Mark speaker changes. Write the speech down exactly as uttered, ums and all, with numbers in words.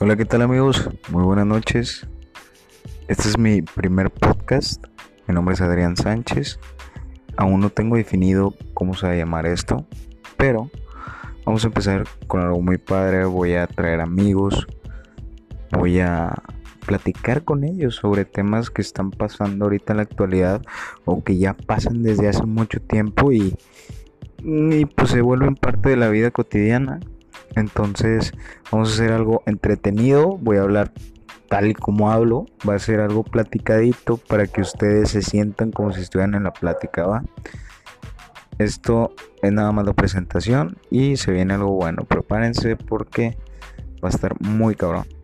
Speaker 1: Hola, ¿qué tal amigos? Muy buenas noches. Este es mi primer podcast. Mi nombre es Adrián Sánchez. Aún no tengo definido cómo se va a llamar esto, pero vamos a empezar con algo muy padre. Voy a traer amigos, voy a platicar con ellos sobre temas que están pasando ahorita en la actualidad o que ya pasan desde hace mucho tiempo y, y pues se vuelven parte de la vida cotidiana. Entonces vamos a hacer algo entretenido. Voy a hablar tal y como hablo. Va a ser algo platicadito para que ustedes se sientan como si estuvieran en la plática, ¿va? Esto es nada más la presentación y se viene algo bueno. Prepárense porque va a estar muy cabrón.